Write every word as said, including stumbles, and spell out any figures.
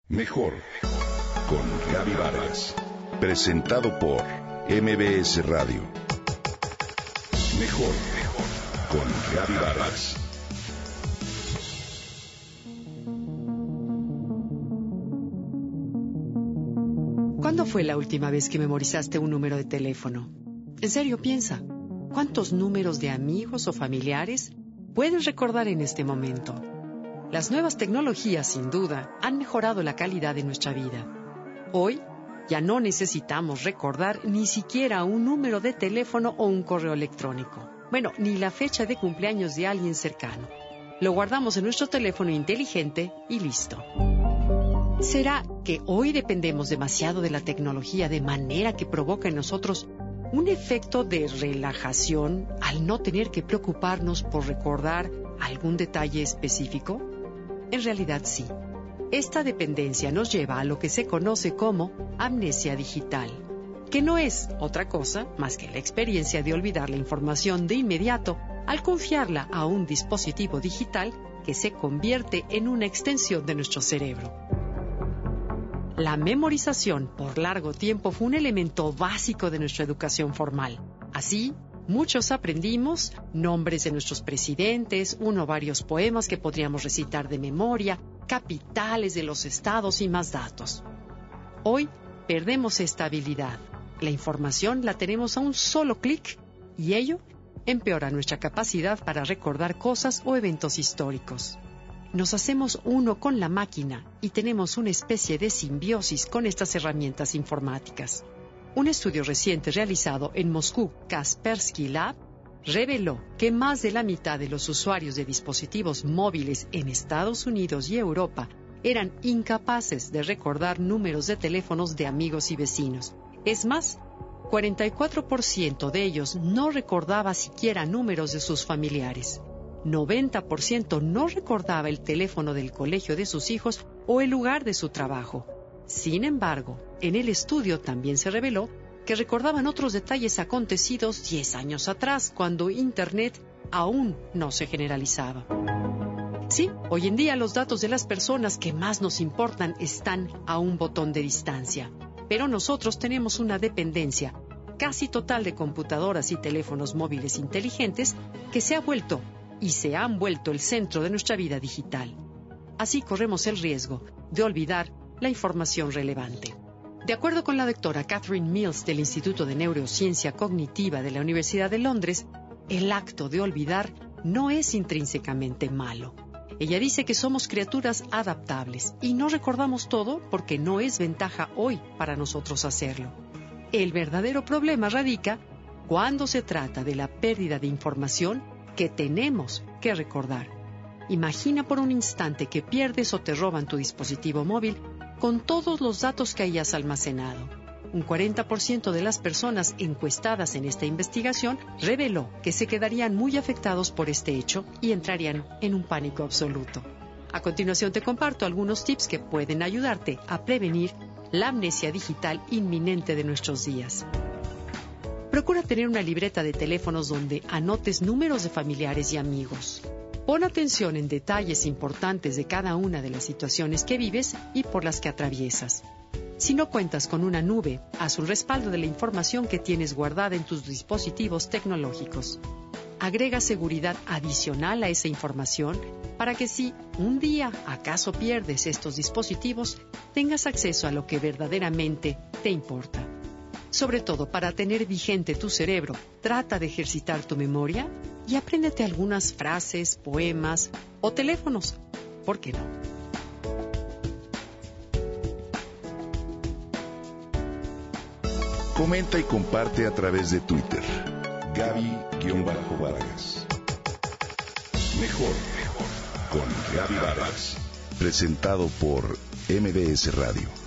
Mejor con Gaby Vargas. Presentado por M B S Radio. Mejor con Gaby Vargas. ¿Cuándo fue la última vez que memorizaste un número de teléfono? En serio, piensa. ¿Cuántos números de amigos o familiares puedes recordar en este momento? Las nuevas tecnologías, sin duda, han mejorado la calidad de nuestra vida. Hoy, ya no necesitamos recordar ni siquiera un número de teléfono o un correo electrónico. Bueno, ni la fecha de cumpleaños de alguien cercano. Lo guardamos en nuestro teléfono inteligente y listo. ¿Será que hoy dependemos demasiado de la tecnología de manera que provoca en nosotros un efecto de relajación al no tener que preocuparnos por recordar algún detalle específico? En realidad sí. Esta dependencia nos lleva a lo que se conoce como amnesia digital, que no es otra cosa más que la experiencia de olvidar la información de inmediato al confiarla a un dispositivo digital que se convierte en una extensión de nuestro cerebro. La memorización por largo tiempo fue un elemento básico de nuestra educación formal. Así, muchos aprendimos nombres de nuestros presidentes, uno o varios poemas que podríamos recitar de memoria, capitales de los estados y más datos. Hoy perdemos esta habilidad. La información la tenemos a un solo clic y ello empeora nuestra capacidad para recordar cosas o eventos históricos. Nos hacemos uno con la máquina y tenemos una especie de simbiosis con estas herramientas informáticas. Un estudio reciente realizado en Moscú Kaspersky Lab reveló que más de la mitad de los usuarios de dispositivos móviles en Estados Unidos y Europa eran incapaces de recordar números de teléfonos de amigos y vecinos. Es más, cuarenta y cuatro por ciento de ellos no recordaba siquiera números de sus familiares. noventa por ciento no recordaba el teléfono del colegio de sus hijos o el lugar de su trabajo. Sin embargo, en el estudio también se reveló que recordaban otros detalles acontecidos diez años atrás, cuando Internet aún no se generalizaba. Sí, hoy en día los datos de las personas que más nos importan están a un botón de distancia, pero nosotros tenemos una dependencia casi total de computadoras y teléfonos móviles inteligentes que se ha vuelto y se han vuelto el centro de nuestra vida digital. Así corremos el riesgo de olvidar la información relevante. De acuerdo con la doctora Catherine Mills del Instituto de Neurociencia Cognitiva de la Universidad de Londres, el acto de olvidar no es intrínsecamente malo. Ella dice que somos criaturas adaptables y no recordamos todo porque no es ventaja hoy para nosotros hacerlo. El verdadero problema radica cuando se trata de la pérdida de información que tenemos que recordar. Imagina por un instante que pierdes o te roban tu dispositivo móvil con todos los datos que hayas almacenado. Un cuarenta por ciento de las personas encuestadas en esta investigación reveló que se quedarían muy afectados por este hecho y entrarían en un pánico absoluto. A continuación te comparto algunos tips que pueden ayudarte a prevenir la amnesia digital inminente de nuestros días. Procura tener una libreta de teléfonos donde anotes números de familiares y amigos. Pon atención en detalles importantes de cada una de las situaciones que vives y por las que atraviesas. Si no cuentas con una nube, haz un respaldo de la información que tienes guardada en tus dispositivos tecnológicos. Agrega seguridad adicional a esa información para que si un día acaso pierdes estos dispositivos, tengas acceso a lo que verdaderamente te importa. Sobre todo, para tener vigente tu cerebro, trata de ejercitar tu memoria y apréndete algunas frases, poemas o teléfonos. ¿Por qué no? Comenta y comparte a través de Twitter. Gaby-Vargas. Mejor con Gaby Vargas. Presentado por M B S Radio.